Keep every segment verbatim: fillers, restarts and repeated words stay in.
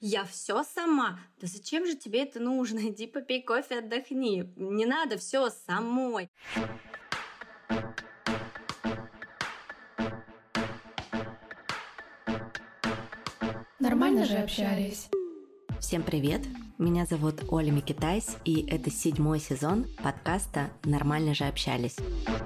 Я все сама. Да зачем же тебе это нужно? Иди попей кофе, отдохни. Не надо все самой. Нормально же общались. Всем привет! Меня зовут Оля Микитайс, и это седьмой сезон подкаста «Нормально же общались».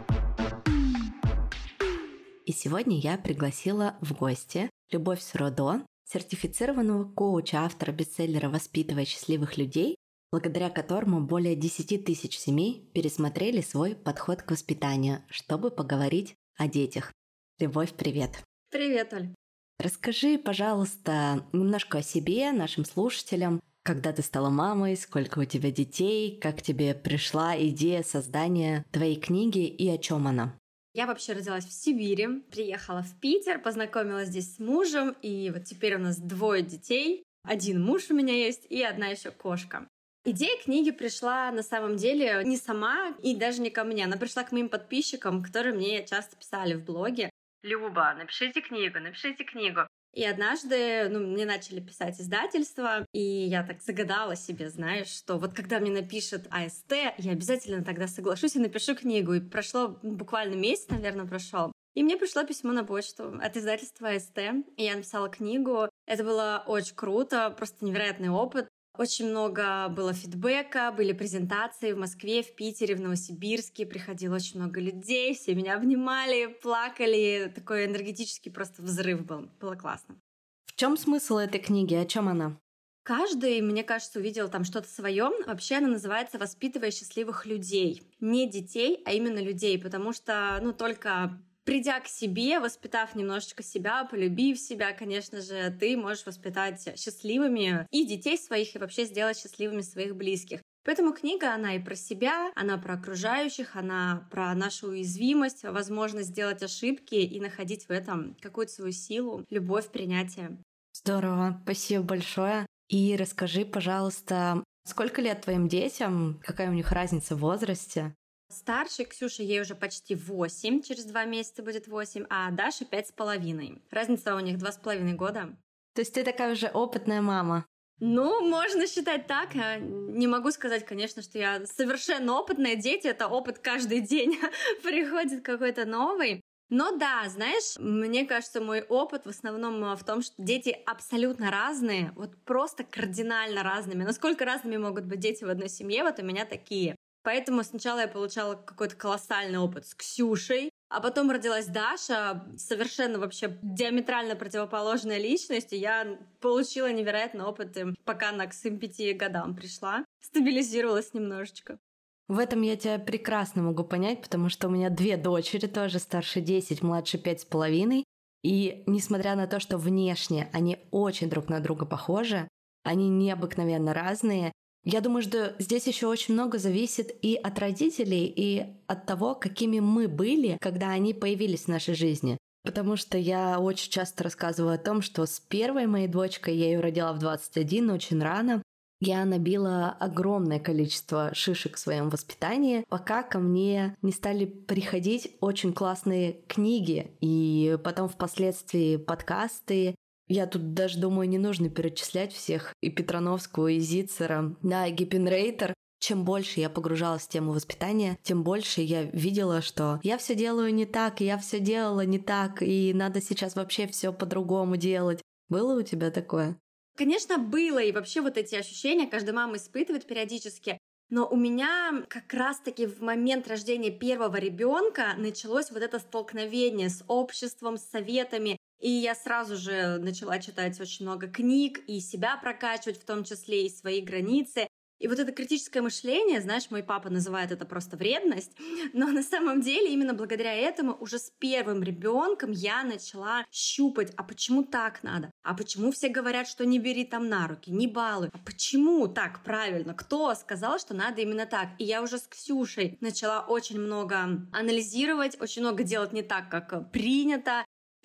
И сегодня я пригласила в гости Любовь Суродо, сертифицированного коуча, автора бестселлера «Воспитывая счастливых людей», благодаря которому более десять тысяч семей пересмотрели свой подход к воспитанию, чтобы поговорить о детях. Любовь, привет! Привет, Оль! Расскажи, пожалуйста, немножко о себе, нашим слушателям. Когда ты стала мамой, сколько у тебя детей, как тебе пришла идея создания твоей книги и о чем она? Я вообще родилась в Сибири, приехала в Питер, познакомилась здесь с мужем, и вот теперь у нас двое детей. Один муж у меня есть и одна еще кошка. Идея книги пришла на самом деле не сама и даже не ко мне. Она пришла к моим подписчикам, которые мне часто писали в блоге: «Люба, напишите книгу, напишите книгу». И однажды ну, мне начали писать издательства, и я так загадала себе, знаешь, что вот когда мне напишет А Эс Тэ, я обязательно тогда соглашусь и напишу книгу. И прошло буквально месяц, наверное, прошел. И мне пришло письмо на почту от издательства А Эс Тэ, и я написала книгу. Это было очень круто, просто невероятный опыт. Очень много было фидбэка, были презентации в Москве, в Питере, в Новосибирске. Приходило очень много людей, все меня обнимали, плакали. Такой энергетический просто взрыв был. Было классно. В чем смысл этой книги? О чем она? Каждый, мне кажется, увидел там что-то свое. Вообще она называется «Воспитывая счастливых людей». Не детей, а именно людей, потому что ну, только придя к себе, воспитав немножечко себя, полюбив себя, конечно же, ты можешь воспитать счастливыми и детей своих, и вообще сделать счастливыми своих близких. Поэтому книга, она и про себя, она про окружающих, она про нашу уязвимость, возможность сделать ошибки и находить в этом какую-то свою силу, любовь, принятие. Здорово, спасибо большое. И расскажи, пожалуйста, сколько лет твоим детям, какая у них разница в возрасте? Старшей Ксюше, ей уже почти восемь, через два месяца будет восемь, а Даше пять с половиной. Разница у них два с половиной года. То есть ты такая уже опытная мама? Ну, можно считать так. Не могу сказать, конечно, что я совершенно опытная. Дети — это опыт каждый день. Приходит какой-то новый. Но да, знаешь, мне кажется, мой опыт в основном в том, что дети абсолютно разные, вот просто кардинально разными. Насколько разными могут быть дети в одной семье, вот у меня такие. Поэтому сначала я получала какой-то колоссальный опыт с Ксюшей, а потом родилась Даша, совершенно вообще диаметрально противоположная личность, и я получила невероятный опыт, пока она к своим пяти годам пришла, стабилизировалась немножечко. В этом я тебя прекрасно могу понять, потому что у меня две дочери, тоже старше десять, младше пять с половиной, и несмотря на то, что внешне они очень друг на друга похожи, они необыкновенно разные. Я думаю, что здесь еще очень много зависит и от родителей, и от того, какими мы были, когда они появились в нашей жизни. Потому что я очень часто рассказываю о том, что с первой моей дочкой, я ее родила в двадцать один, очень рано, я набила огромное количество шишек в своем воспитании, пока ко мне не стали приходить очень классные книги, и потом впоследствии подкасты. Я тут даже думаю, не нужно перечислять всех, и Петрановскую, и Зицера, да, и Гиппенрейтер. Чем больше я погружалась в тему воспитания, тем больше я видела, что я все делаю не так, я все делала не так, и надо сейчас вообще все по-другому делать. Было у тебя такое? Конечно, было, и вообще вот эти ощущения каждая мама испытывает периодически. Но у меня как раз-таки в момент рождения первого ребенка началось вот это столкновение с обществом, с советами. И я сразу же начала читать очень много книг и себя прокачивать, в том числе и свои границы. И вот это критическое мышление, знаешь, мой папа называет это просто вредность, но на самом деле именно благодаря этому уже с первым ребенком я начала щупать, а почему так надо? А почему все говорят, что не бери там на руки, не балуй? А почему так правильно? Кто сказал, что надо именно так? И я уже с Ксюшей начала очень много анализировать, очень много делать не так, как принято.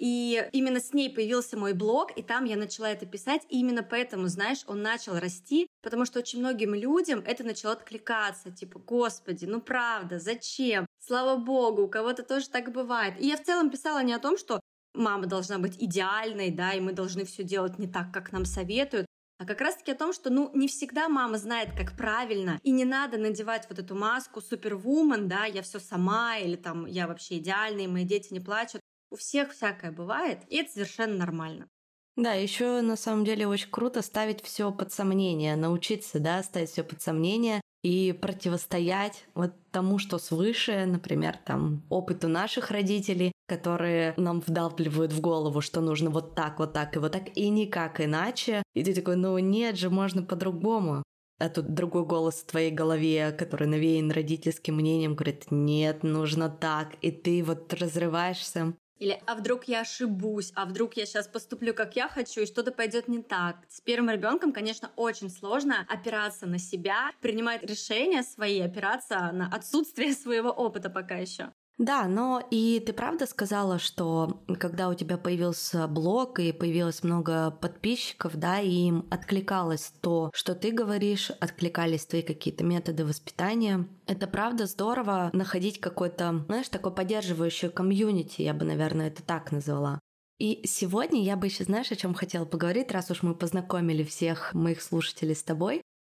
И именно с ней появился мой блог, и там я начала это писать. И именно поэтому, знаешь, он начал расти, потому что очень многим людям это начало откликаться. Типа, господи, ну правда, зачем? Слава богу, у кого-то тоже так бывает. И я в целом писала не о том, что мама должна быть идеальной, да, и мы должны все делать не так, как нам советуют. а как раз-таки о том, что, ну, не всегда мама знает, как правильно, и не надо надевать вот эту маску супервумен, да, я все сама, или там я вообще идеальная, и мои дети не плачут. У всех всякое бывает, и это совершенно нормально. Да, еще на самом деле очень круто ставить все под сомнение, научиться, да, ставить все под сомнение и противостоять вот тому, что свыше, например, там опыту наших родителей, которые нам вдалбливают в голову, что нужно вот так, вот так и вот так, и никак иначе. И ты такой, ну нет же, можно по-другому. А тут другой голос в твоей голове, который навеян родительским мнением, говорит, нет, нужно так, и ты вот разрываешься. Или «а вдруг я ошибусь, а вдруг я сейчас поступлю, как я хочу, и что-то пойдет не так». С первым ребенком, конечно, очень сложно опираться на себя, принимать решения свои, опираться на отсутствие своего опыта пока еще. Да, но и ты правда сказала, что когда у тебя появился блог и появилось много подписчиков, да, и им откликалось то, что ты говоришь, откликались твои какие-то методы воспитания. Это правда здорово находить какой-то, знаешь, такой поддерживающий комьюнити, я бы, наверное, это так назвала. И сегодня я бы еще, знаешь, о чем хотела поговорить, раз уж мы познакомили всех моих слушателей с тобой,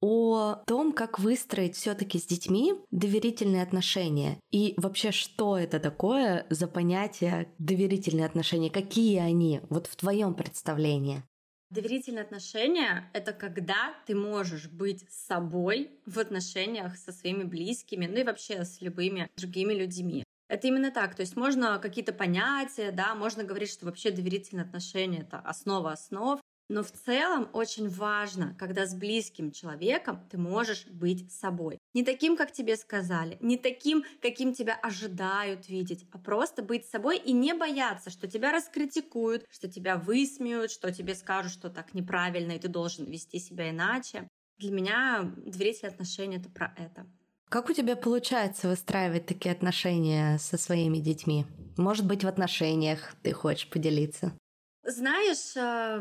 о том, как выстроить все-таки с детьми доверительные отношения. И вообще, что это такое за понятие доверительные отношения? Какие они вот в твоем представлении? Доверительные отношения — это когда ты можешь быть собой в отношениях со своими близкими, ну и вообще с любыми другими людьми. Это именно так. То есть можно какие-то понятия, да, можно говорить, что вообще доверительные отношения — это основа основ. Но в целом очень важно, когда с близким человеком ты можешь быть собой. Не таким, как тебе сказали, не таким, каким тебя ожидают видеть, а просто быть собой и не бояться, что тебя раскритикуют, что тебя высмеют, что тебе скажут, что так неправильно, и ты должен вести себя иначе. Для меня доверительные отношения — это про это. Как у тебя получается выстраивать такие отношения со своими детьми? Может быть, в отношениях ты хочешь поделиться? Знаешь,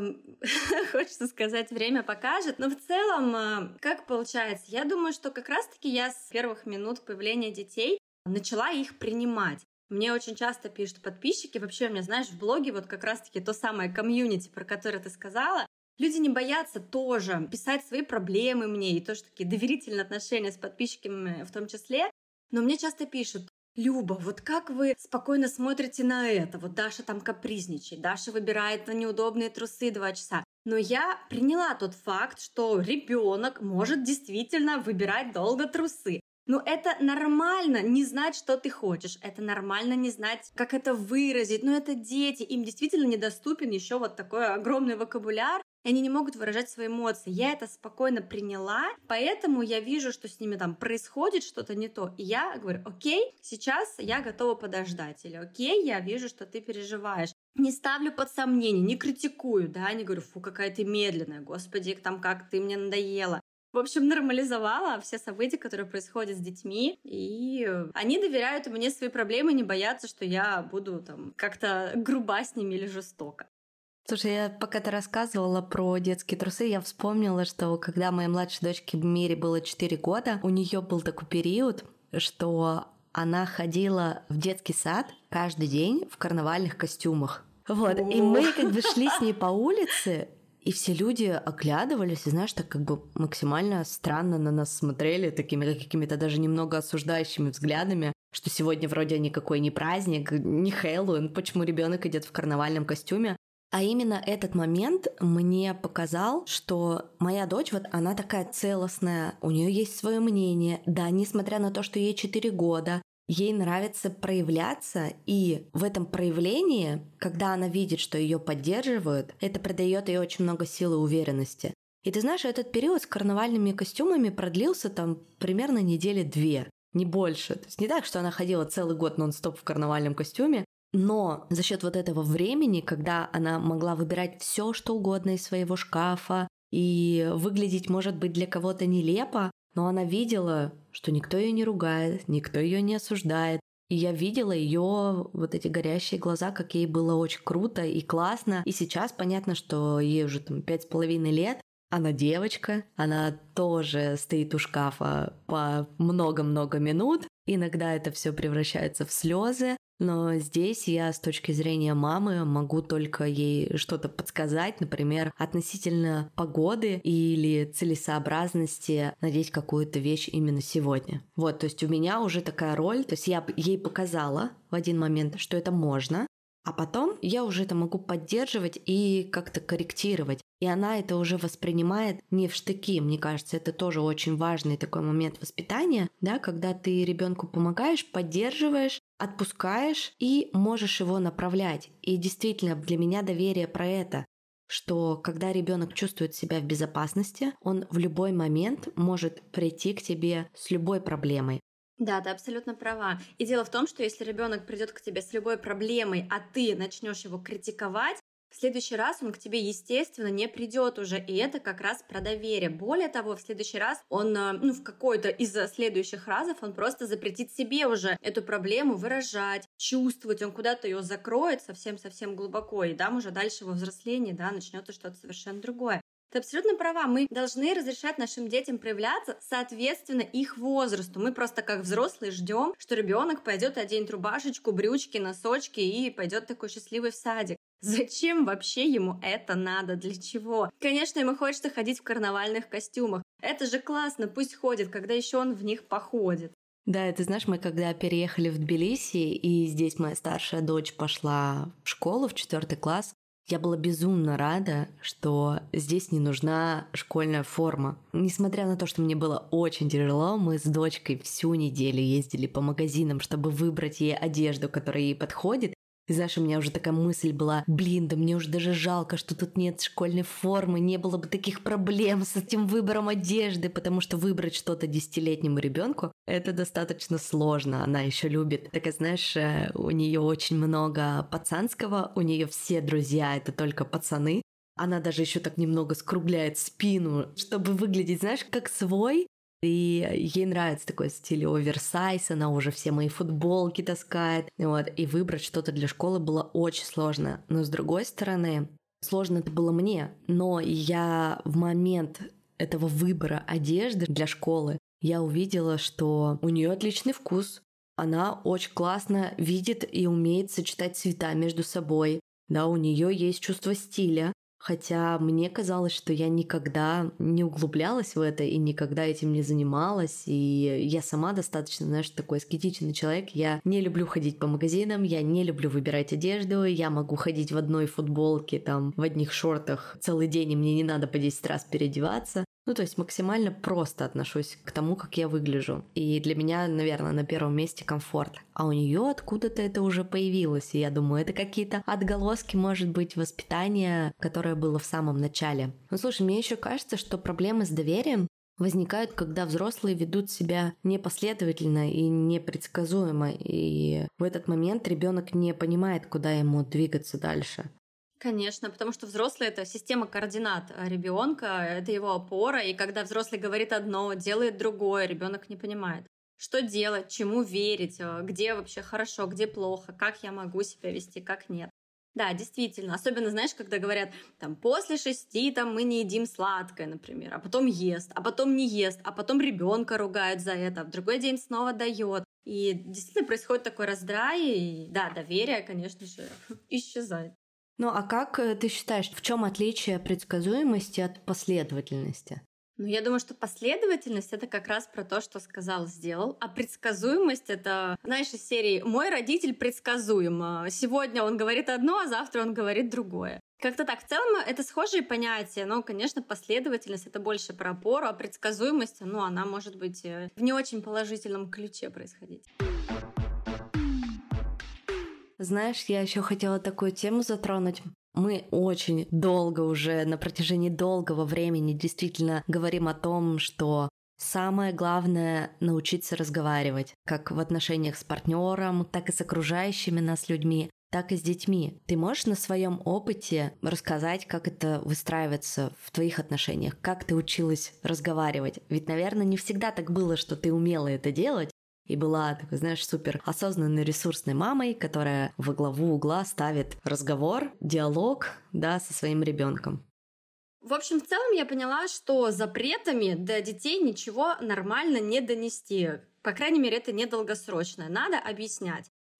хочется сказать, время покажет, но в целом, как получается? Я думаю, что как раз-таки я с первых минут появления детей начала их принимать. Мне очень часто пишут подписчики, вообще у меня, знаешь, в блоге вот как раз-таки то самое комьюнити, про которое ты сказала. Люди не боятся тоже писать свои проблемы мне, и тоже такие доверительные отношения с подписчиками в том числе. Но мне часто пишут: Люба, вот как вы спокойно смотрите на это? Вот Даша там капризничает, Даша выбирает на неудобные трусы два часа. Но я приняла тот факт, что ребенок может действительно выбирать долго трусы. Но это нормально не знать, что ты хочешь. Это нормально не знать, как это выразить. Но это дети, им действительно недоступен еще вот такой огромный вокабуляр, и они не могут выражать свои эмоции. Я это спокойно приняла, поэтому я вижу, что с ними там происходит что-то не то. И я говорю: окей, сейчас я готова подождать. Или окей, я вижу, что ты переживаешь. Не ставлю под сомнение, не критикую, да, не говорю: фу, какая ты медленная, господи, там как ты мне надоела. В общем, нормализовала все события, которые происходят с детьми, и они доверяют мне свои проблемы, не боятся, что я буду там как-то груба с ними или жестоко. Слушай, я пока ты рассказывала про детские трусы, я вспомнила, что когда моей младшей дочке Мире было четыре года, у нее был такой период, что она ходила в детский сад каждый день в карнавальных костюмах. Вот, и мы как бы шли с ней по улице, и все люди оглядывались, и, знаешь, так как бы максимально странно на нас смотрели, такими какими-то даже немного осуждающими взглядами, что сегодня вроде никакой не праздник, не Хэллоуин, почему ребенок идет в карнавальном костюме. А именно этот момент мне показал, что моя дочь, вот она такая целостная, у нее есть свое мнение. Да, несмотря на то, что ей четыре года, ей нравится проявляться, и в этом проявлении, когда она видит, что ее поддерживают, это придает ей очень много силы и уверенности. И ты знаешь, этот период с карнавальными костюмами продлился там примерно недели две, не больше. То есть не так, что она ходила целый год нон-стоп в карнавальном костюме, но за счет вот этого времени, когда она могла выбирать все, что угодно из своего шкафа, и выглядеть, может быть, для кого-то нелепо, но она видела, что никто ее не ругает, никто ее не осуждает. И я видела ее вот эти горящие глаза, как ей было очень круто и классно. И сейчас понятно, что ей уже там пять с половиной лет. Она девочка, она тоже стоит у шкафа по много-много минут. Иногда это все превращается в слезы. Но здесь я с точки зрения мамы могу только ей что-то подсказать, например, относительно погоды или целесообразности надеть какую-то вещь именно сегодня. Вот, то есть у меня уже такая роль, то есть я ей показала в один момент, что это можно, а потом я уже это могу поддерживать и как-то корректировать. И она это уже воспринимает не в штыки. Мне кажется, это тоже очень важный такой момент воспитания, да, когда ты ребенку помогаешь, поддерживаешь, отпускаешь и можешь его направлять. И действительно, для меня доверие про это, что когда ребенок чувствует себя в безопасности, он в любой момент может прийти к тебе с любой проблемой. Да, ты абсолютно права. И дело в том, что если ребенок придет к тебе с любой проблемой, а ты начнешь его критиковать, в следующий раз он к тебе, естественно, не придет уже. И это как раз про доверие. Более того, в следующий раз он, ну, в какой-то из следующих разов он просто запретит себе уже эту проблему выражать, чувствовать. Он куда-то ее закроет совсем-совсем глубоко. И там уже дальше во взрослении, да, начнется что-то совершенно другое. Ты абсолютно права, мы должны разрешать нашим детям проявляться соответственно их возрасту. Мы просто как взрослые ждем, что ребенок пойдет оденет рубашечку, брючки, носочки и пойдет такой счастливый в садик. Зачем вообще ему это надо? Для чего? Конечно, ему хочется ходить в карнавальных костюмах. Это же классно, пусть ходит, когда еще он в них походит. Да, ты знаешь, мы когда переехали в Тбилиси, и здесь моя старшая дочь пошла в школу, в четвертый класс, я была безумно рада, что здесь не нужна школьная форма. Несмотря на то, что мне было очень тяжело, мы с дочкой всю неделю ездили по магазинам, чтобы выбрать ей одежду, которая ей подходит. И знаешь, у меня уже такая мысль была, блин, да мне уже даже жалко, что тут нет школьной формы, не было бы таких проблем с этим выбором одежды, потому что выбрать что-то десятилетнему ребенку это достаточно сложно. Она еще любит, так знаешь, у нее очень много пацанского, у нее все друзья это только пацаны. Она даже еще так немного скругляет спину, чтобы выглядеть, знаешь, как свой. И ей нравится такой стиль оверсайз, она уже все мои футболки таскает. Вот. И выбрать что-то для школы было очень сложно. Но с другой стороны, сложно это было мне. Но я в момент этого выбора одежды для школы, я увидела, что у нее отличный вкус. Она очень классно видит и умеет сочетать цвета между собой. Да, у нее есть чувство стиля. Хотя мне казалось, что я никогда не углублялась в это и никогда этим не занималась. И я сама достаточно, знаешь, такой аскетичный человек. Я не люблю ходить по магазинам, я не люблю выбирать одежду. Я могу ходить в одной футболке, там, в одних шортах целый день, и мне не надо по десять раз переодеваться. Ну, то есть максимально просто отношусь к тому, как я выгляжу. И для меня, наверное, на первом месте комфорт. А у нее откуда-то это уже появилось. И я думаю, это какие-то отголоски, может быть, воспитания, которое было в самом начале. Ну, слушай, мне еще кажется, что проблемы с доверием возникают, когда взрослые ведут себя непоследовательно и непредсказуемо. И в этот момент ребенок не понимает, куда ему двигаться дальше. Конечно, потому что взрослый — это система координат ребенка, это его опора, и когда взрослый говорит одно, делает другое, ребенок не понимает, что делать, чему верить, где вообще хорошо, где плохо, как я могу себя вести, как нет. Да, действительно, особенно, знаешь, когда говорят, там, после шести там, мы не едим сладкое, например, а потом ест, а потом не ест, а потом ребенка ругают за это, а в другой день снова дает. И действительно происходит такой раздрай, и да, доверие, конечно же, исчезает. Ну а как ты считаешь, в чем отличие предсказуемости от последовательности? Ну, я думаю, что последовательность — это как раз про то, что сказал, сделал. А предсказуемость — это, знаешь, из серии «Мой родитель предсказуем». Сегодня он говорит одно, а завтра он говорит другое. Как-то так. В целом это схожие понятия, но, конечно, последовательность — это больше про опору, а предсказуемость, ну, она может быть в не очень положительном ключе происходить. Знаешь, я еще хотела такую тему затронуть. Мы очень долго уже, на протяжении долгого времени действительно говорим о том, что самое главное — научиться разговаривать, как в отношениях с партнером, так и с окружающими нас людьми, так и с детьми. Ты можешь на своем опыте рассказать, как это выстраивается в твоих отношениях, как ты училась разговаривать? Ведь, наверное, не всегда так было, что ты умела это делать, и была такой, знаешь, супер осознанной, ресурсной мамой, которая во главу угла ставит разговор, диалог, да, со своим ребенком. В общем, в целом я поняла, что запретами до детей ничего нормально не донести. По крайней мере, это недолгосрочно. Надо объяснять.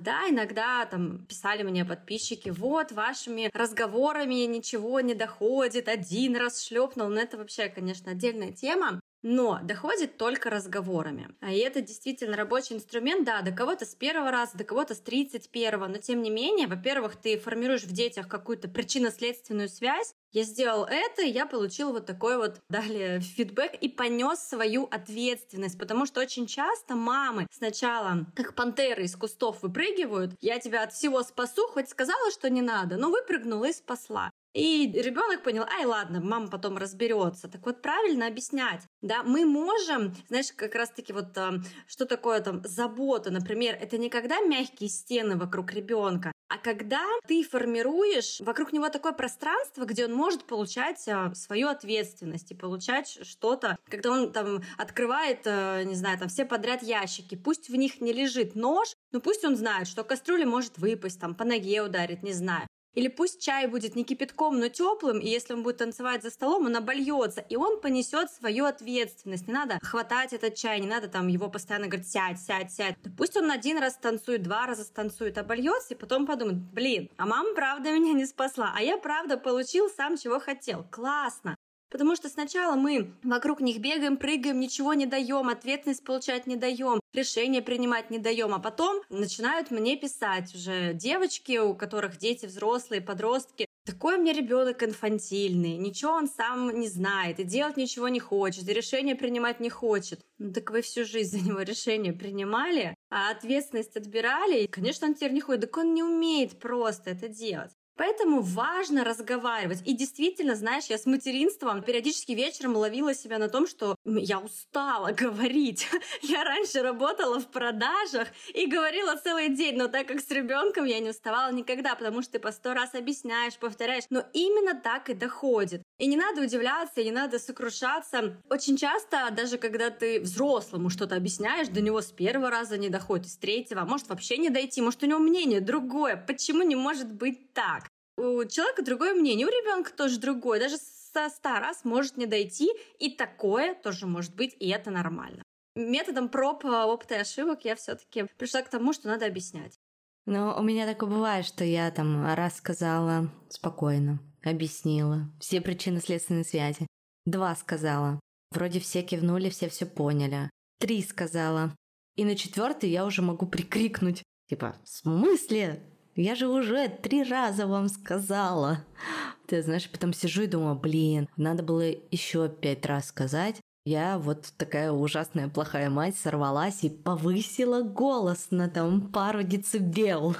Да, иногда там писали мне подписчики, вот, вашими разговорами ничего не доходит, один раз шлепнул, но это вообще, конечно, отдельная тема. Но доходит только разговорами. И это действительно рабочий инструмент, да, до кого-то с первого раза, до кого-то с тридцать первого, но тем не менее, во-первых, ты формируешь в детях какую-то причинно-следственную связь. Я сделал это, и я получил вот такой вот далее фидбэк и понес свою ответственность, потому что очень часто мамы сначала как пантеры из кустов выпрыгивают, я тебя от всего спасу, хоть сказала, что не надо, но выпрыгнула и спасла. И ребенок понял, ай, ладно, мама потом разберется. Так вот, правильно объяснять. Да, мы можем, знаешь, как раз-таки вот что такое там забота, например, это не когда мягкие стены вокруг ребенка, а когда ты формируешь вокруг него такое пространство, где он может получать свою ответственность и получать что-то, когда он там открывает, не знаю, там все подряд ящики, пусть в них не лежит нож, но пусть он знает, что кастрюля может выпасть, там по ноге ударить, не знаю. Или пусть чай будет не кипятком, но теплым, и если он будет танцевать за столом, он обольется, и он понесет свою ответственность. Не надо хватать этот чай, не надо там его постоянно говорить сядь, сядь, сядь. Да пусть он один раз танцует, два раза станцует, обольется, и потом подумает, блин, а мама правда меня не спасла, а я правда получил сам, чего хотел. Классно. Потому что сначала мы вокруг них бегаем, прыгаем, ничего не даем, ответственность получать не даем, решения принимать не даем, а потом начинают мне писать уже девочки, у которых дети взрослые, подростки. Такой у меня ребенок инфантильный, ничего он сам не знает, и делать ничего не хочет, и решения принимать не хочет. Ну так вы всю жизнь за него решения принимали, а ответственность отбирали, и, конечно, он теперь не ходит, так он не умеет просто это делать. Поэтому важно разговаривать. И действительно, знаешь, я с материнством периодически вечером ловила себя на том, что я устала говорить. Я раньше работала в продажах и говорила целый день, но так как с ребенком я не уставала никогда, потому что ты по сто раз объясняешь, повторяешь. Но именно так и доходит. И не надо удивляться, не надо сокрушаться. Очень часто, даже когда ты взрослому что-то объясняешь, до него с первого раза не доходит, с третьего, а может вообще не дойти, может у него мнение другое. Почему не может быть так? У человека другое мнение, у ребенка тоже другое, даже со ста раз может не дойти, и такое тоже может быть, и это нормально. Методом проб, опыта и ошибок я все-таки пришла к тому, что надо объяснять. Но у меня такое бывает, что я там раз сказала спокойно, объяснила все причинно-следственные связи. Два сказала, вроде все кивнули, все все поняли. Три сказала, и на четвертый я уже могу прикрикнуть, типа, в смысле? Я же уже три раза вам сказала. Ты знаешь, потом сижу и думаю, блин, надо было еще пять раз сказать. Я вот такая ужасная плохая мать сорвалась и повысила голос на там пару децибел.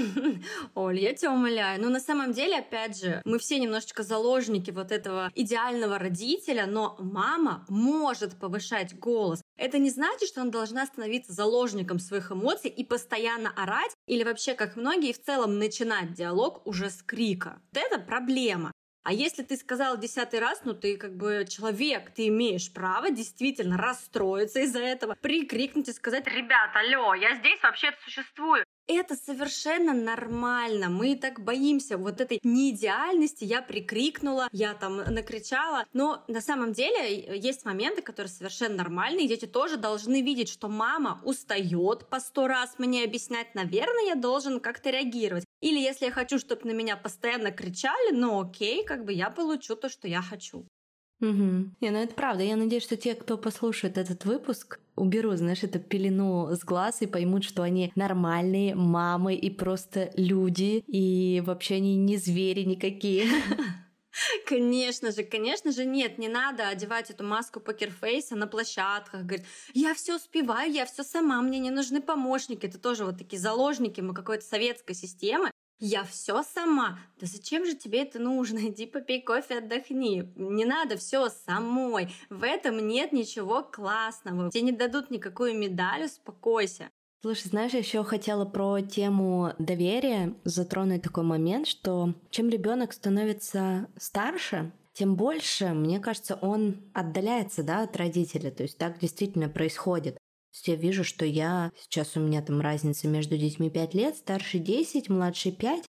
Оль, я тебя умоляю. Ну, на самом деле, опять же, мы все немножечко заложники вот этого идеального родителя, но мама может повышать голос. Это не значит, что она должна становиться заложником своих эмоций и постоянно орать, или вообще, как многие, в целом начинать диалог уже с крика. Вот это проблема. А если ты сказал десятый раз, ну ты как бы человек, ты имеешь право действительно расстроиться из-за этого, прикрикнуть и сказать: «Ребят, алло, я здесь вообще-то существую». Это совершенно нормально. Мы так боимся вот этой неидеальности. Я прикрикнула, я там накричала. Но на самом деле есть моменты, которые совершенно нормальные. И дети тоже должны видеть, что мама устает по сто раз мне объяснять. Наверное, я должен как-то реагировать. Или если я хочу, чтобы на меня постоянно кричали, ну окей, как бы я получу то, что я хочу. Угу. Не, ну это правда. Я надеюсь, что те, кто послушает этот выпуск, уберут, знаешь, эту пелену с глаз и поймут, что они нормальные мамы и просто люди, и вообще они не звери никакие. Конечно же, конечно же, нет, не надо одевать эту маску покерфейса на площадках, говорить: я все успеваю, я все сама, мне не нужны помощники. Это тоже вот такие заложники мы какой-то советской системы. Я все сама. Да зачем же тебе это нужно? Иди попей кофе, отдохни. Не надо все самой. В этом нет ничего классного. Тебе не дадут никакую медаль, успокойся. Слушай, знаешь, я еще хотела про тему доверия затронуть такой момент, что чем ребенок становится старше, тем больше, мне кажется, он отдаляется, да, от родителя. То есть так действительно происходит. То есть я вижу, что я... Сейчас у меня там разница между детьми пять лет, старше десять, младше пять.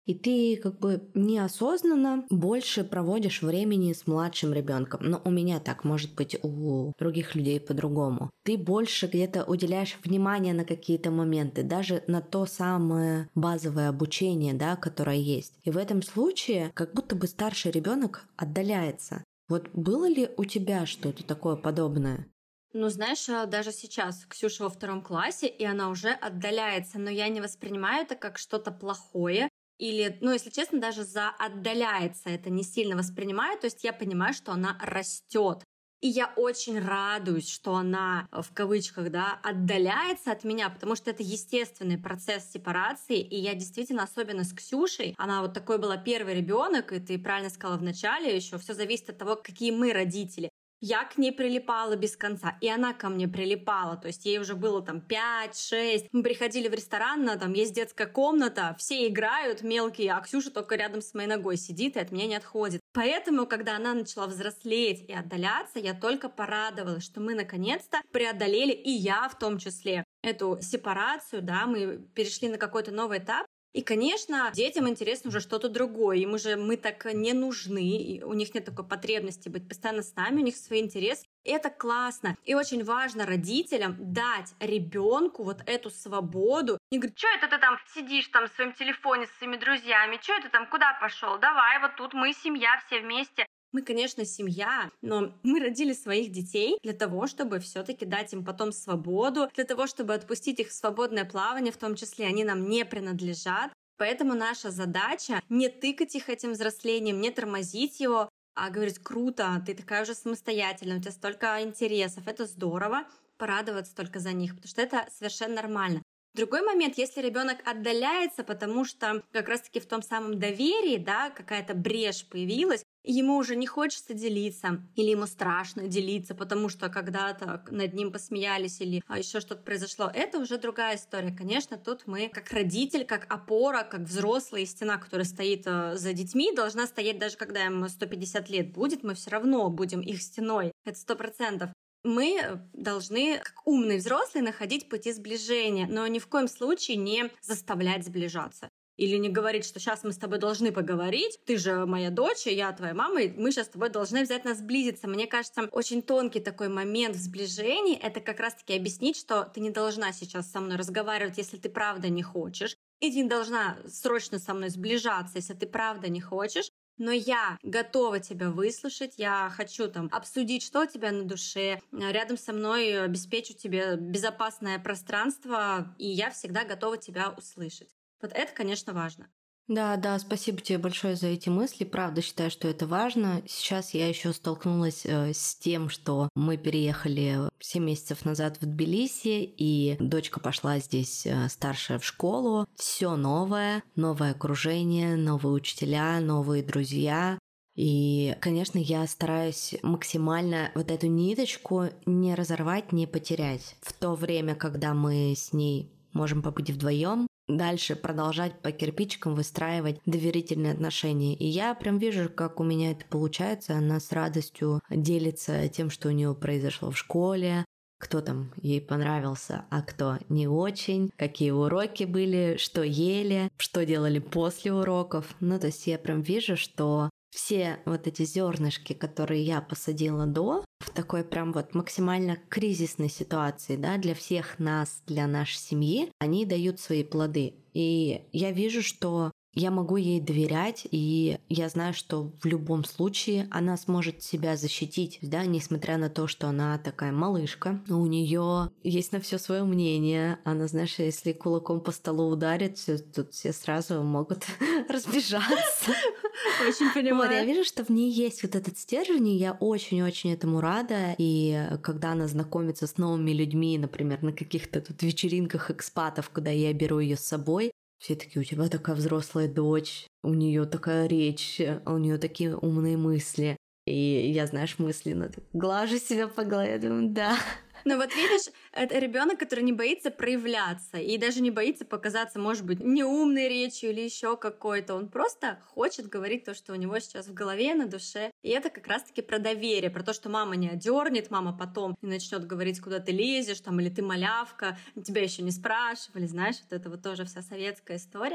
и ты как бы неосознанно больше проводишь времени с младшим ребенком. Но у меня так, может быть, у других людей по-другому. Ты больше где-то уделяешь внимание на какие-то моменты, даже на то самое базовое обучение, да, которое есть. И в этом случае как будто бы старший ребенок отдаляется. Вот было ли у тебя что-то такое подобное? Ну, знаешь, даже сейчас Ксюша во втором классе, и она уже отдаляется, но я не воспринимаю это как что-то плохое. Или, ну, если честно, даже за отдаляется это не сильно воспринимаю. То есть я понимаю, что она растет. И я очень радуюсь, что она, в кавычках, да, отдаляется от меня, потому что это естественный процесс сепарации. И я действительно, особенно с Ксюшей, она вот такой была первый ребенок, и ты правильно сказала в начале еще, все зависит от того, какие мы родители. Я к ней прилипала без конца, и она ко мне прилипала, то есть ей уже было там пять-шесть. Мы приходили в ресторан, на, там есть детская комната, все играют мелкие, а Ксюша только рядом с моей ногой сидит и от меня не отходит. Поэтому, когда она начала взрослеть и отдаляться, я только порадовалась, что мы наконец-то преодолели, и я в том числе, эту сепарацию, да, мы перешли на какой-то новый этап. И, конечно, детям интересно уже что-то другое. Им уже мы так не нужны, и у них нет такой потребности быть постоянно с нами, у них свой интерес. И это классно. И очень важно родителям дать ребенку вот эту свободу. Не говорить, что это ты там сидишь там в своем телефоне с своими друзьями, что это там, куда пошел? Давай, вот тут мы семья все вместе. Мы, конечно, семья, но мы родили своих детей для того, чтобы все-таки дать им потом свободу, для того, чтобы отпустить их в свободное плавание, в том числе они нам не принадлежат. Поэтому наша задача не тыкать их этим взрослением, не тормозить его, а говорить: круто, ты такая уже самостоятельная, у тебя столько интересов, это здорово, порадоваться только за них, потому что это совершенно нормально. Другой момент, если ребенок отдаляется, потому что как раз-таки в том самом доверии, да, какая-то брешь появилась, и ему уже не хочется делиться, или ему страшно делиться, потому что когда-то над ним посмеялись или еще что-то произошло, это уже другая история. Конечно, тут мы как родитель, как опора, как взрослая стена, которая стоит за детьми, должна стоять даже когда им сто пятьдесят лет будет, мы все равно будем их стеной, это сто процентов. Мы должны, как умные взрослые, находить пути сближения, но ни в коем случае не заставлять сближаться. Или не говорить, что сейчас мы с тобой должны поговорить, ты же моя дочь, я твоя мама, и мы сейчас с тобой должны обязательно сблизиться. Мне кажется, очень тонкий такой момент в сближении — это как раз-таки объяснить, что ты не должна сейчас со мной разговаривать, если ты правда не хочешь, и ты не должна срочно со мной сближаться, если ты правда не хочешь. Но я готова тебя выслушать, я хочу там обсудить, что у тебя на душе, рядом со мной обеспечу тебе безопасное пространство, и я всегда готова тебя услышать. Вот это, конечно, важно. Да, да, спасибо тебе большое за эти мысли. Правда, считаю, что это важно. Сейчас я еще столкнулась э, с тем, что мы переехали семь месяцев назад в Тбилиси, и дочка пошла здесь э, старшая в школу. Все новое, новое окружение, новые учителя, новые друзья. И, конечно, я стараюсь максимально вот эту ниточку не разорвать, не потерять. В то время, когда мы с ней можем побыть вдвоем, дальше продолжать по кирпичикам выстраивать доверительные отношения. И я прям вижу, как у меня это получается. Она с радостью делится тем, что у нее произошло в школе, кто там ей понравился, а кто не очень, какие уроки были, что ели, что делали после уроков. Ну, то есть я прям вижу, что все вот эти зернышки, которые я посадила до, в такой прям вот максимально кризисной ситуации, да, для всех нас, для нашей семьи, они дают свои плоды. И я вижу, что я могу ей доверять, и я знаю, что в любом случае она сможет себя защитить, да, несмотря на то, что она такая малышка, у нее есть на все свое мнение. Она, знаешь, если кулаком по столу ударит, все, тут все сразу могут разбежаться. Очень понимаю. Вот, я вижу, что в ней есть вот этот стержень, и я очень-очень этому рада. И когда она знакомится с новыми людьми, например, на каких-то тут вечеринках экспатов, куда я беру ее с собой, все таки: у тебя такая взрослая дочь, у нее такая речь, у нее такие умные мысли. И я, знаешь, мысленно глажу себя по голове, думаю, да. Но вот видишь, это ребенок, который не боится проявляться и даже не боится показаться, может быть, неумной речью или еще какой-то. Он просто хочет говорить то, что у него сейчас в голове, на душе. И это как раз-таки про доверие, про то, что мама не одернет, мама потом не начнет говорить, куда ты лезешь, там, или ты малявка, тебя еще не спрашивали, знаешь, вот это вот тоже вся советская история.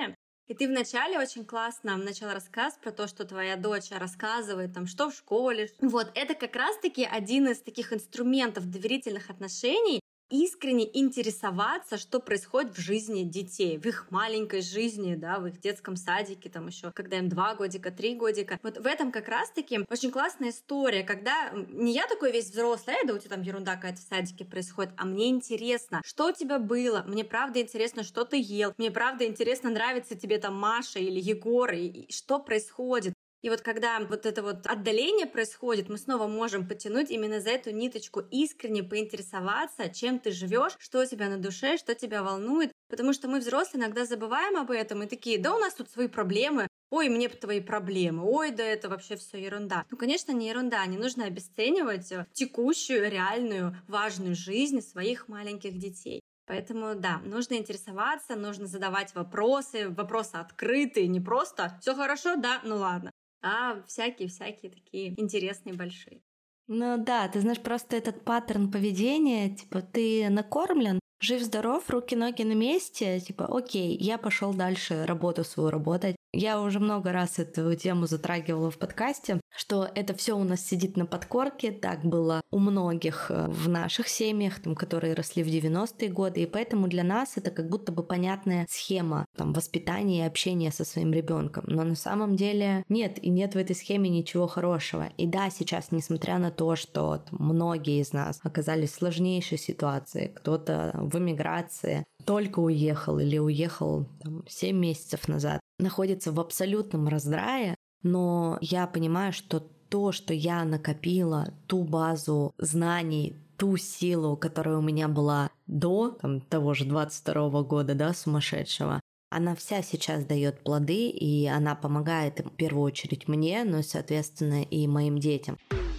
И ты вначале очень классно начала рассказ про то, что твоя дочь рассказывает, там, что в школе. Вот, это как раз-таки один из таких инструментов доверительных отношений, искренне интересоваться, что происходит в жизни детей, в их маленькой жизни, да, в их детском садике, там еще, когда им два годика, три годика. Вот в этом как раз-таки очень классная история, когда не я такой весь взрослый, а да у тебя там ерунда какая-то в садике происходит, а мне интересно, что у тебя было, мне правда интересно, что ты ел, мне правда интересно, нравится тебе там Маша или Егор, и что происходит. И вот когда вот это вот отдаление происходит, мы снова можем потянуть именно за эту ниточку, искренне поинтересоваться, чем ты живешь, что у тебя на душе, что тебя волнует. Потому что мы, взрослые, иногда забываем об этом и такие: да у нас тут свои проблемы, ой, мне твои проблемы, ой, да это вообще все ерунда. Ну, конечно, не ерунда, не нужно обесценивать текущую, реальную, важную жизнь своих маленьких детей. Поэтому, да, нужно интересоваться, нужно задавать вопросы, вопросы открытые, не просто «все хорошо, да, ну ладно», а всякие-всякие такие интересные, большие. Ну да, ты знаешь, просто этот паттерн поведения, типа ты накормлен, жив-здоров, руки-ноги на месте, типа окей, я пошел дальше работу свою работать. Я уже много раз эту тему затрагивала в подкасте, что это все у нас сидит на подкорке, так было у многих в наших семьях, там, которые росли в девяностые годы, и поэтому для нас это как будто бы понятная схема там, воспитания и общения со своим ребенком. Но на самом деле нет, и нет в этой схеме ничего хорошего. И да, сейчас, несмотря на то, что там, многие из нас оказались в сложнейшей ситуации, кто-то в эмиграции, только уехал или уехал там, семь месяцев назад, находится в абсолютном раздрае, но я понимаю, что то, что я накопила, ту базу знаний, ту силу, которая у меня была до там, того же двадцать второго года, да, сумасшедшего, она вся сейчас дает плоды, и она помогает в первую очередь мне, но, соответственно, и моим детям.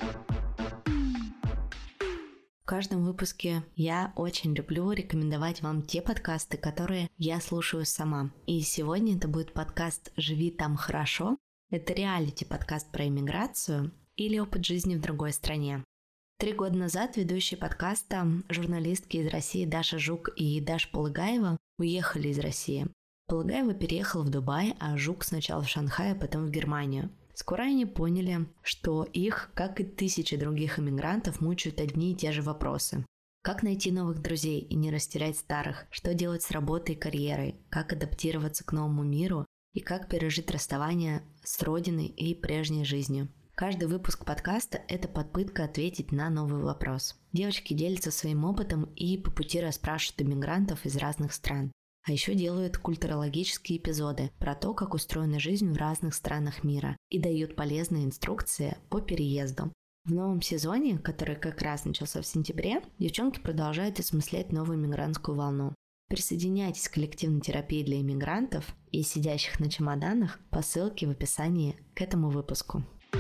В каждом выпуске я очень люблю рекомендовать вам те подкасты, которые я слушаю сама. И сегодня это будет подкаст «Живи там хорошо». Это реалити-подкаст про иммиграцию или опыт жизни в другой стране. Три года назад ведущие подкаста, журналистки из России Даша Жук и Даша Полыгаева, уехали из России. Полыгаева переехала в Дубай, а Жук сначала в Шанхай, а потом в Германию. Скоро они поняли, что их, как и тысячи других иммигрантов, мучают одни и те же вопросы. Как найти новых друзей и не растерять старых? Что делать с работой и карьерой? Как адаптироваться к новому миру? И как пережить расставание с родиной и прежней жизнью? Каждый выпуск подкаста – это попытка ответить на новый вопрос. Девочки делятся своим опытом и по пути расспрашивают иммигрантов из разных стран. А еще делают культурологические эпизоды про то, как устроена жизнь в разных странах мира, и дают полезные инструкции по переезду. В новом сезоне, который как раз начался в сентябре, девчонки продолжают осмыслять новую мигрантскую волну. Присоединяйтесь к коллективной терапии для иммигрантов и сидящих на чемоданах по ссылке в описании к этому выпуску.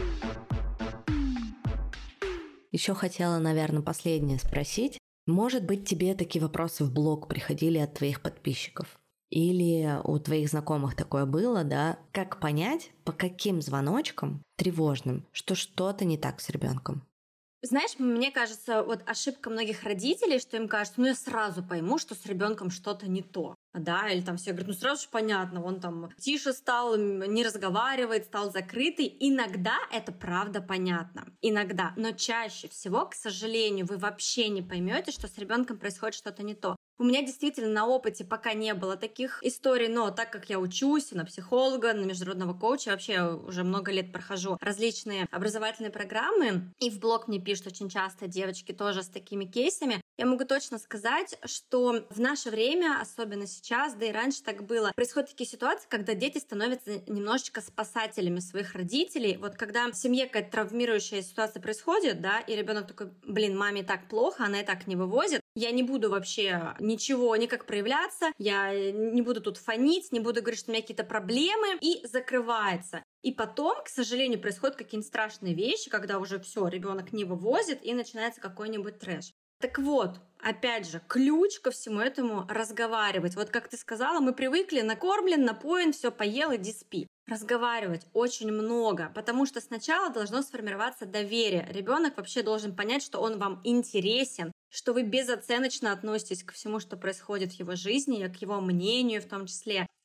Еще хотела, наверное, последнее спросить. Может быть, тебе такие вопросы в блог приходили от твоих подписчиков? Или у твоих знакомых такое было, да? Как понять, по каким звоночкам тревожным, что что-то не так с ребенком? Знаешь, мне кажется, вот ошибка многих родителей, что им кажется, ну я сразу пойму, что с ребенком что-то не то. Да, или там все говорят, ну сразу же понятно, он там тише стал, не разговаривает, стал закрытый. Иногда это правда понятно, иногда, но чаще всего, к сожалению, вы вообще не поймете, что с ребенком происходит что-то не то. У меня действительно на опыте пока не было таких историй, но так как я учусь на психолога, на международного коуча, вообще уже много лет прохожу различные образовательные программы, и в блог мне пишут очень часто девочки тоже с такими кейсами, я могу точно сказать, что в наше время, особенно сейчас, да и раньше так было, происходят такие ситуации, когда дети становятся немножечко спасателями своих родителей. Вот когда в семье какая-то травмирующая ситуация происходит, да, и ребенок такой, блин, маме так плохо, она и так не вывозит, я не буду вообще ничего никак проявляться, я не буду тут фонить, не буду говорить, что у меня какие-то проблемы, и закрывается. И потом, к сожалению, происходят какие-нибудь страшные вещи, когда уже все, ребенок не вывозит, и начинается какой-нибудь трэш. Так вот, опять же, ключ ко всему этому — разговаривать. Вот как ты сказала, мы привыкли, накормлен, напоен, все поел, иди спи. Разговаривать очень много, потому что сначала должно сформироваться доверие. Ребенок вообще должен понять, что он вам интересен, что вы безоценочно относитесь ко всему, что происходит в его жизни, к его мнению в том числе.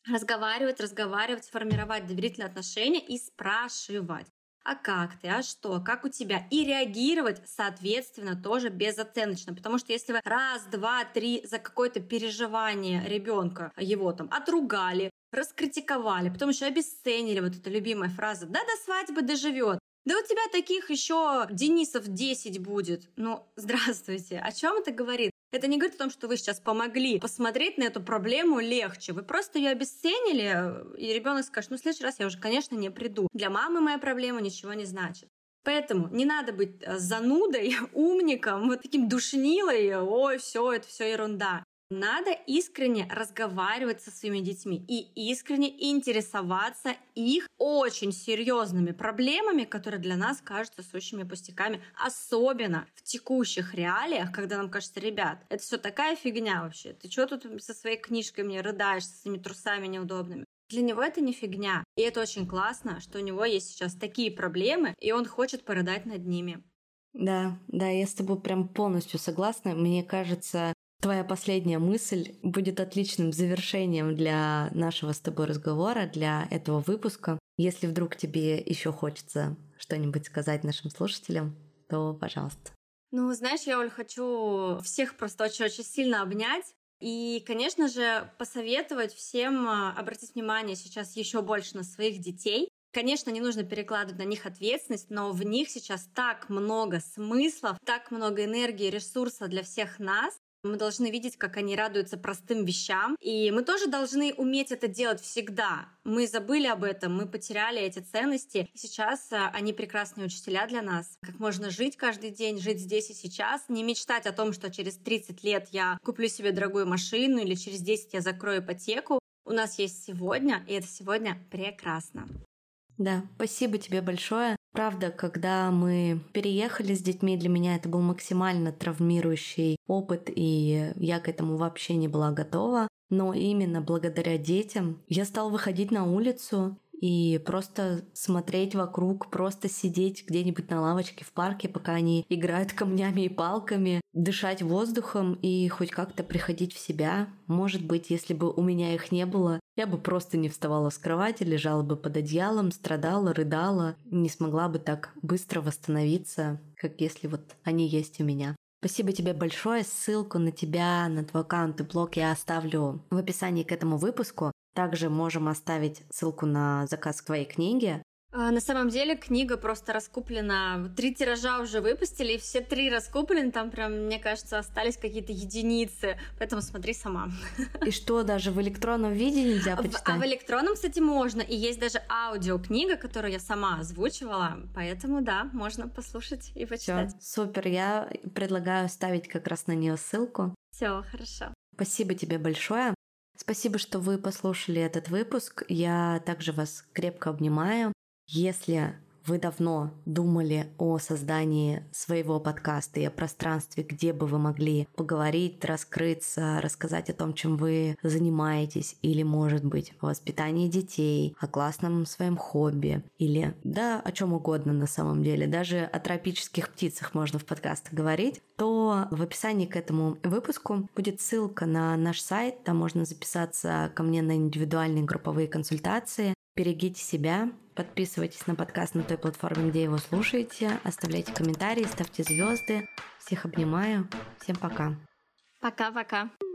Разговаривать, разговаривать, формировать доверительные отношения и спрашивать. А как ты, а что, как у тебя? И реагировать, соответственно, тоже безоценочно. Потому что если вы раз, два, три за какое-то переживание ребенка его там отругали, раскритиковали, потом еще обесценили, вот эта любимая фраза, да до свадьбы доживет. Да у тебя таких еще Денисов десять будет. Ну, здравствуйте. О чем это говорит? Это не говорит о том, что вы сейчас помогли посмотреть на эту проблему легче. Вы просто ее обесценили, и ребенок скажет, ну, в следующий раз я уже, конечно, не приду. Для мамы моя проблема ничего не значит. Поэтому не надо быть занудой, умником, вот таким душнилой. Ой, все, это все ерунда. Надо искренне разговаривать со своими детьми и искренне интересоваться их очень серьезными проблемами, которые для нас кажутся сущими пустяками, особенно в текущих реалиях, когда нам кажется, ребят, это все такая фигня вообще. Ты что тут со своей книжкой мне рыдаешь, со своими трусами неудобными? Для него это не фигня. И это очень классно, что у него есть сейчас такие проблемы, и он хочет порыдать над ними. Да, да, я с тобой прям полностью согласна. Мне кажется, твоя последняя мысль будет отличным завершением для нашего с тобой разговора, для этого выпуска. Если вдруг тебе еще хочется что-нибудь сказать нашим слушателям, то пожалуйста. Ну, знаешь, я, Оль, хочу всех просто очень-очень сильно обнять. И, конечно же, посоветовать всем обратить внимание сейчас еще больше на своих детей. Конечно, не нужно перекладывать на них ответственность, но в них сейчас так много смыслов, так много энергии, ресурса для всех нас. Мы должны видеть, как они радуются простым вещам. И мы тоже должны уметь это делать всегда. Мы забыли об этом, мы потеряли эти ценности. И сейчас они прекрасные учителя для нас. Как можно жить каждый день, жить здесь и сейчас. Не мечтать о том, что через тридцать лет я куплю себе дорогую машину или через десять я закрою ипотеку. У нас есть сегодня, и это сегодня прекрасно. Да, спасибо тебе большое. Правда, когда мы переехали с детьми, для меня это был максимально травмирующий опыт, и я к этому вообще не была готова. Но именно благодаря детям я стала выходить на улицу и просто смотреть вокруг, просто сидеть где-нибудь на лавочке в парке, пока они играют камнями и палками, дышать воздухом и хоть как-то приходить в себя. Может быть, если бы у меня их не было, я бы просто не вставала с кровати, лежала бы под одеялом, страдала, рыдала, не смогла бы так быстро восстановиться, как если вот они есть у меня. Спасибо тебе большое. Ссылку на тебя, на твой аккаунт и блог я оставлю в описании к этому выпуску. Также можем оставить ссылку на заказ твоей книги. А, на самом деле книга просто раскуплена. Три тиража уже выпустили, и все три раскуплены. Там прям, мне кажется, остались какие-то единицы. Поэтому смотри сама. И что, даже в электронном виде нельзя почитать? А в электронном, кстати, можно. И есть даже аудиокнига, которую я сама озвучивала. Поэтому, да, можно послушать и почитать. Всё, супер. Я предлагаю ставить как раз на нее ссылку. Все, хорошо. Спасибо тебе большое. Спасибо, что вы послушали этот выпуск. Я также вас крепко обнимаю. Если вы давно думали о создании своего подкаста и о пространстве, где бы вы могли поговорить, раскрыться, рассказать о том, чем вы занимаетесь, или, может быть, о воспитании детей, о классном своем хобби, или, да, о чем угодно на самом деле, даже о тропических птицах можно в подкастах говорить, то в описании к этому выпуску будет ссылка на наш сайт, там можно записаться ко мне на индивидуальные групповые консультации. Берегите себя, подписывайтесь на подкаст на той платформе, где его слушаете, оставляйте комментарии, ставьте звезды. Всех обнимаю. Всем пока. Пока-пока.